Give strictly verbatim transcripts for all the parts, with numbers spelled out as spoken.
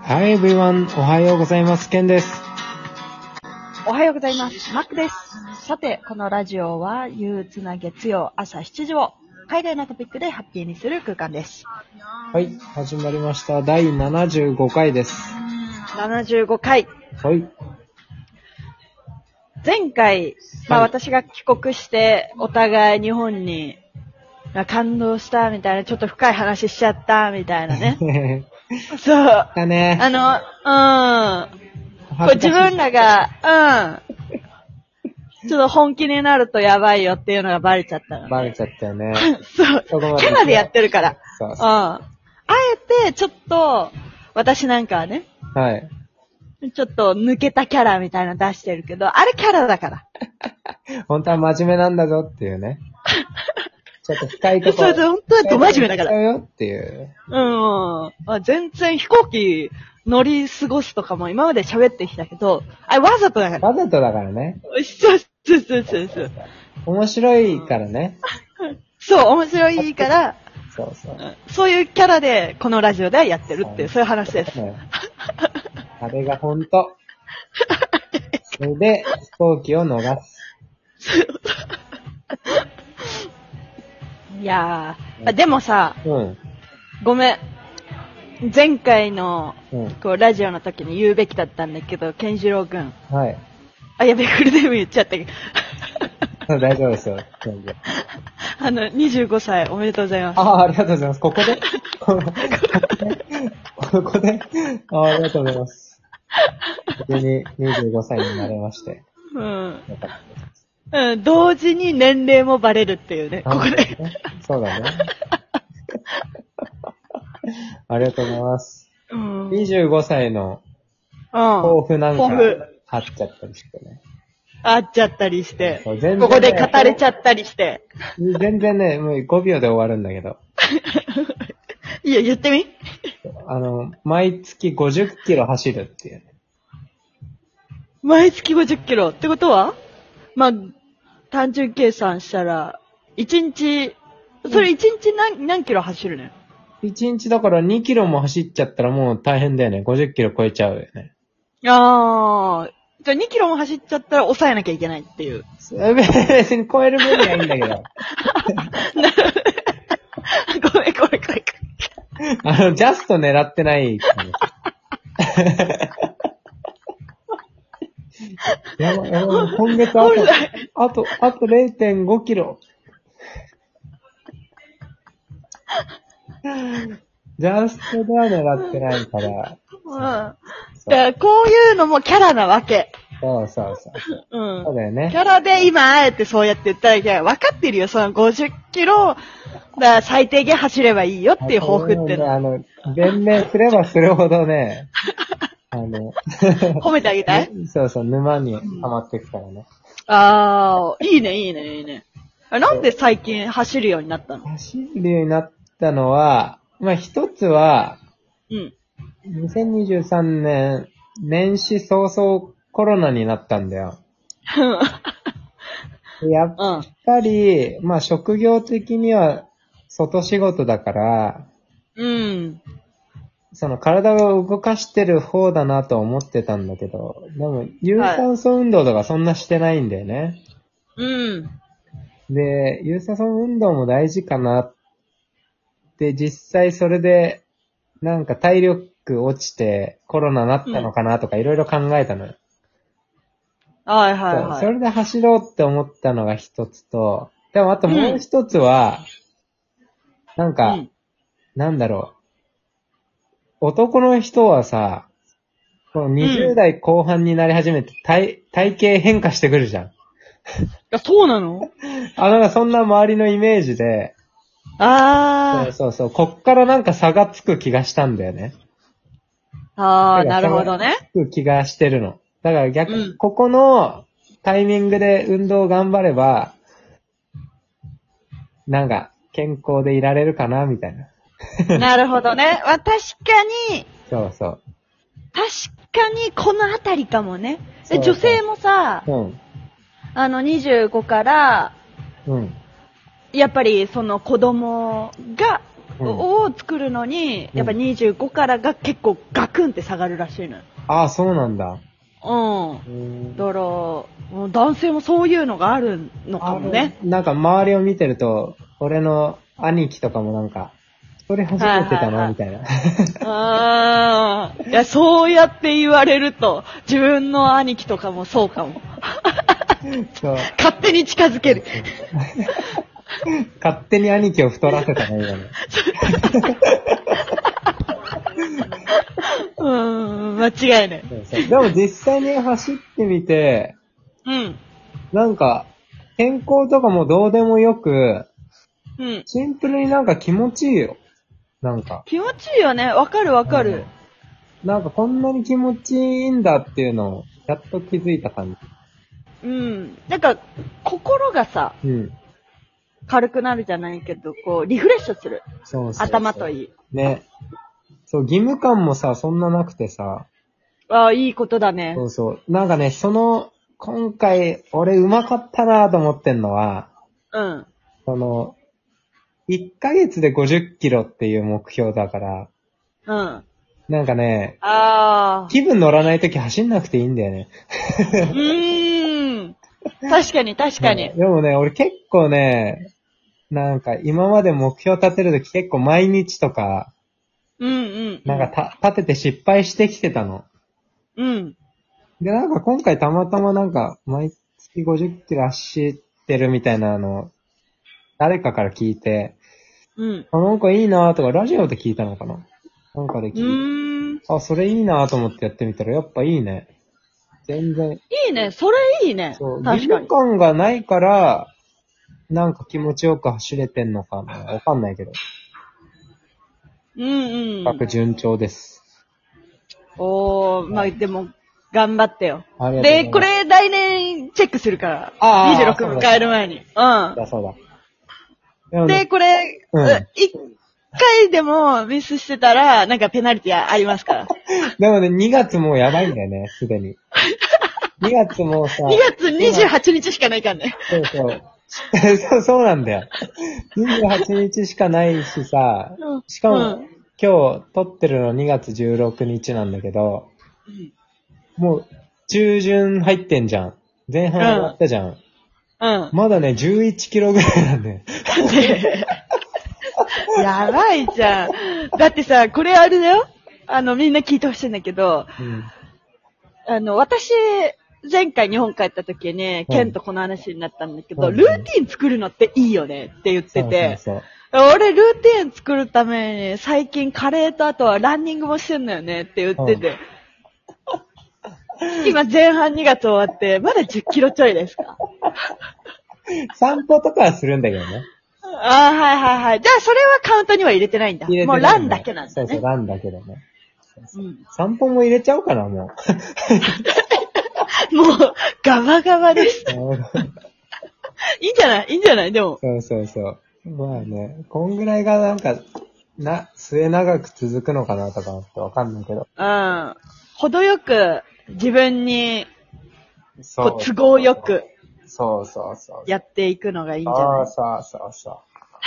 Hi everyone! おはようございます。ケンです。 おはようございます。マックです。さて、このラジオは憂鬱な月曜朝しちじを海外のトピックでハッピーにする空間です。 はい、始まりました。だいななじゅうごかいです。 ななじゅうごかい。 はい。 前回、まあ私が帰国してお互い日本に感動したみたいな、ちょっと深い話しちゃったみたいなね。そう。 だね。 あの、うん。これ自分らが、うん。ちょっと本気になるとやばいよっていうのがバレちゃったの。 バレちゃったよね。 そう。キャラでやってるから。 そうそう。 うん。あえて、ちょっと、私なんかはね。 はい。 ちょっと抜けたキャラみたいなの出してるけど、あれキャラだから。 本当は真面目なんだぞっていうね。ちょっと深いところ。 そうそう、本当はど真面目だから。 よっていう。 うん。あ、全然飛行機乗り過ごすとかも今まで喋ってきたけど、あれわざとだから。 わざとだからね。 そうそうそうそうそう。 面白いからね。 そう、面白いから、 そうそう。 そういうキャラでこのラジオではやってるっていう、そういう話です。 あれが本当。それで飛行機を逃す。 いやー、でもさ、 うん、 ごめん。前回の、 うん、 こうラジオの時に言うべきだったんだけど、ケンジロウくん。 はい。 あ、やべ、フルネーム言っちゃったけど。 大丈夫ですよ。 あの、にじゅうごさいおめでとうございます。 ああ、ありがとうございます。ここでここでああ、ありがとうございます。無事ににじゅうごさいになれまして。 うん。うん、同時に年齢もバレるっていうね、ここで。 そうだね。ありがとうございます。うん、にじゅうごさいの抱負なんかあっちゃったりしてね。 あっちゃったりして。ね、ここで語れちゃったりして。 全然ね、もうごびょうで終わるんだけど。 いや、言ってみあの、毎月ごじゅっキロ走るっていう。 毎月ごじゅっキロってことはまあ、単純計算したら、いちにち、それいちにち何、何キロ走るね ? いちにちだからにキロも走っちゃったらもう大変だよね。ごじゅっキロ超えちゃうよね。 あー。じゃあにキロも走っちゃったら抑えなきゃいけないっていう。 別に超える分にはいいんだけど。 ごめんごめんごめん。 あの、ジャスト狙ってない。やばい、やばい、今月あと、あと、あと れいてんごキロ。ジャストでは狙ってないから。 うん。だからこういうのもキャラなわけ。 そうそうそう。うん。そうだよね。 キャラで今あえてそうやって言ったらいけない。分かってるよ、そのごじゅっキロ、だから最低限走ればいいよっていう抱負っての。 あの、弁明すればするほどね、あの、 褒めてあげたいそうそう、沼にはまっていくからね。うん、 ああ、いいね、いいね、いいね。なんで最近走るようになったの？ 走るようになったのは、まあ一つは、 うん。 にせんにじゅうさんねん、年始早々コロナになったんだよ。やっぱり、うん、まあ職業的には外仕事だから、 うん。 その体を動かしてる方だなと思ってたんだけど、でも有酸素運動とかそんなしてないんだよね。 はい、うん。 で、有酸素運動も大事かなって、実際それでなんか体力落ちてコロナになったのかなとかいろいろ考えたのよ。 はいはいはい。 それで走ろうって思ったのが一つと、でもあともう一つは、うん、なんか、うん、なんだろう。男の人はさ、このにじゅうだいこう半になり始めて体、体型変化してくるじゃん。 あ、そうなの？ あ、なんかそんな周りのイメージで、 ああ。そうそうそう、こっからなんか差がつく気がしたんだよね。 ああ、なるほどね。 つく気がしてるの。だから逆に、うん、ここのタイミングで運動頑張れば、なんか健康でいられるかな、みたいな。 なるほどね。まあ、確かに。 そうそう。 確かにこのあたりかもね。そうそう、女性もさ、うん、あのにじゅうごから、うん、やっぱりその子供がを作るのに、やっぱにじゅうごからが結構ガクンって下がるらしいのよ。 ああ、そうなんだ。 うん。だから、男性もそういうのがあるのかもね。 なんか周りを見てると、俺の兄貴とかもなんか、それ始めてたのみたいな。 ああ。いや、そうやって言われると、自分の兄貴とかもそうかも。そう。勝手に近づける。 勝手に兄貴を太らせたね、今ね。 うん、間違いない。 そうそう。でも実際に走ってみて、 うん。 なんか、健康とかもどうでもよく、 うん。 シンプルになんか気持ちいいよ。なんか。 気持ちいいよね。わかるわかる、 うん。なんかこんなに気持ちいいんだっていうのを、やっと気づいた感じ。うん。なんか、心がさ、うん。軽くなるじゃないけど、こう、リフレッシュする。そうそうそう。頭といい。 ね。そう、義務感もさ、そんななくてさ。 ああ、いいことだね。 そうそう。なんかね、その、今回、俺上手かったなと思ってんのは、うん。その、いっかげつでごじゅっキロっていう目標だから、うん。なんかね、ああ。気分乗らないとき走んなくていいんだよね。うーん。確かに確かに。 でもね、俺結構ね、なんか今まで目標立てるとき結構毎日とか、うんうん、うん。なんかた、立てて失敗してきてたの。うん。で、なんか今回たまたまなんか、毎月ごじゅっキロ走ってるみたいなの、誰かから聞いて、うん。あ、なんかいいなとか、ラジオで聞いたのかななんかで聞いて。うーん。あ、それいいなと思ってやってみたら、やっぱいいね。全然。 いいね、それいいね。 そう、義務感がないから、なんか気持ちよく走れてんのかなわかんないけど。うんうん。各順調です。おー、まあ、でも、頑張ってよ。で、これ来年チェックするから。ああ。にじゅうろく迎える前に。うん。 だそうだ。で、これ、うん、一回でもミスしてたら、なんかペナルティありますから。 でもね、にがつもうやばいんだよね、すでに。にがつもさ。 にがつにじゅうはちにちしかないからね。 そうそう。そう、そうなんだよ。にじゅうはちにちしかないしさ、しかも、うん、今日撮ってるのにがつじゅうろくにちなんだけど、うん、もう中旬入ってんじゃん。前半終わったじゃん。うん。まだね、じゅういちキロぐらいなんだよ。 やばいじゃん。だってさ、これあれだよ。あの、みんな聞いてほしいんだけど、うん、あの、私、前回日本帰った時に、ケンとこの話になったんだけど、うん、ルーティン作るのっていいよねって言ってて、そうそうそう俺ルーティン作るために最近カレーとあとはランニングもしてんのよねって言ってて、うん、今前半にがつ終わって、まだじゅっキロちょいですか散歩とかはするんだけどね。 ああ、はいはいはい。じゃあそれはカウントには入れてないんだ。ね、もうランだけなんだね。 そうそう、ランだけどね。そうそううん、散歩も入れちゃおうかな、もう。もう、ガバガバです。いいんじゃないいいんじゃないでも。 そうそうそう。まあね、こんぐらいがなんか、な、末長く続くのかなとかってわかんないけど。 うん。程よく、自分に、こう、都合よく。 そうそうそう。 やっていくのがいいんじゃないそうそうそうそう。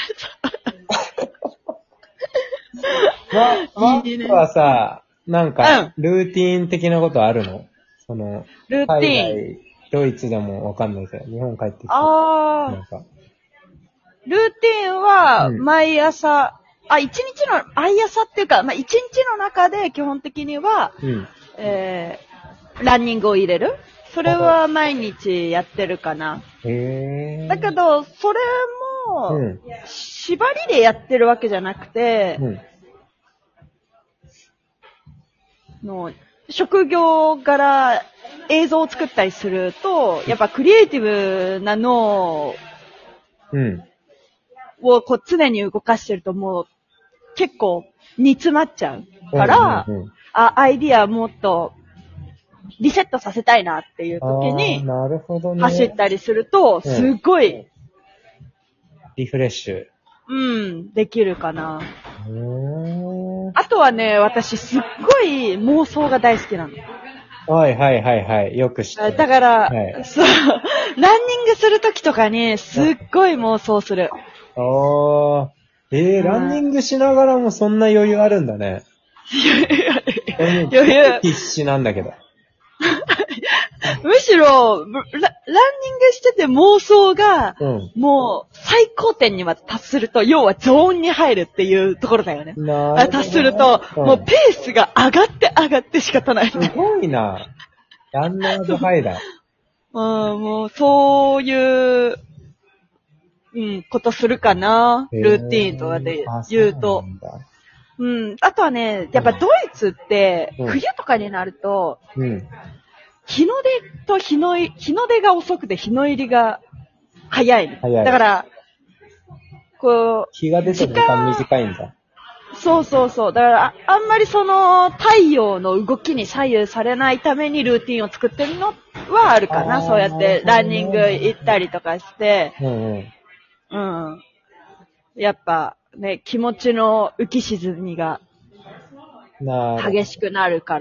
ま、マックはさ、なんか、ルーティーン的なことあるの、うん、その、 ルーティーン。 ドイツでもわかんないけど、日本帰ってきて。 ああ。なんか。ルーティーンは、毎朝、うん、あ、一日の、毎朝っていうか、まあ、一日の中で基本的には、うん、えー、ランニングを入れるそれは毎日やってるかな。へー。だけど、それも、うん、縛りでやってるわけじゃなくて、うんの職業柄映像を作ったりすると、やっぱクリエイティブな脳をこう常に動かしてるともう結構煮詰まっちゃうから、うんうんうん、あ、アイディアもっとリセットさせたいなっていう時に走ったりすると、すっごい、うん、 リフレッシュ。 うん、できるかな。あとはね、私すっごい妄想が大好きなの。 はいはいはいはい。よく知ってる。 だから、はい、そう、ランニングするときとかにすっごい妄想する。 おー。 えー、ランニングしながらもそんな余裕あるんだね。 余裕。 必死なんだけど。 むしろラ、ランニングしてて妄想が、うん、もう最高点にまで達すると、要はゾーンに入るっていうところだよね。なる達すると、うん、もうペースが上がって上がって仕方ない。 すごいな。ランナーズハイだ。 うん、もうそういう、うん、ことするかな。ルーティーンとかで言うと。ううん。あとはね、やっぱドイツって、冬とかになると、うん、日の出と日の入り、日の出が遅くて日の入りが早い。早い。だから、こう、 日が出てる時間短いんだ。 そうそうそう。だからあ、あんまりその、太陽の動きに左右されないためにルーティンを作ってるのはあるかな。そうやってランニング行ったりとかして、うんうんうん。やっぱね、気持ちの浮き沈みが激しくなるから。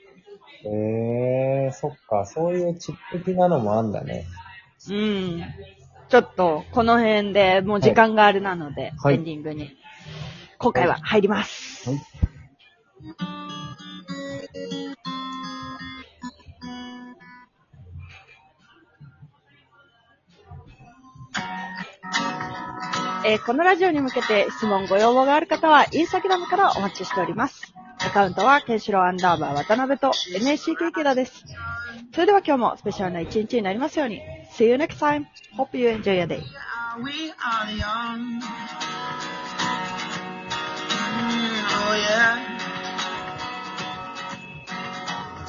へえー、そっか、そういうチップ的なのもあんだね。 うん。ちょっと、この辺でもう時間があるなので、はい、エンディングに、今回は入ります。はいはいえー、このラジオに向けて質問ご要望がある方はインスタグラムからお待ちしております。アカウントはケンシロウアンダーバー渡辺と エヌエーシーケー キラです。それでは今日もスペシャルな一日になりますように。See you next time. Hope you enjoy your day. We are young. Mm, oh yeah.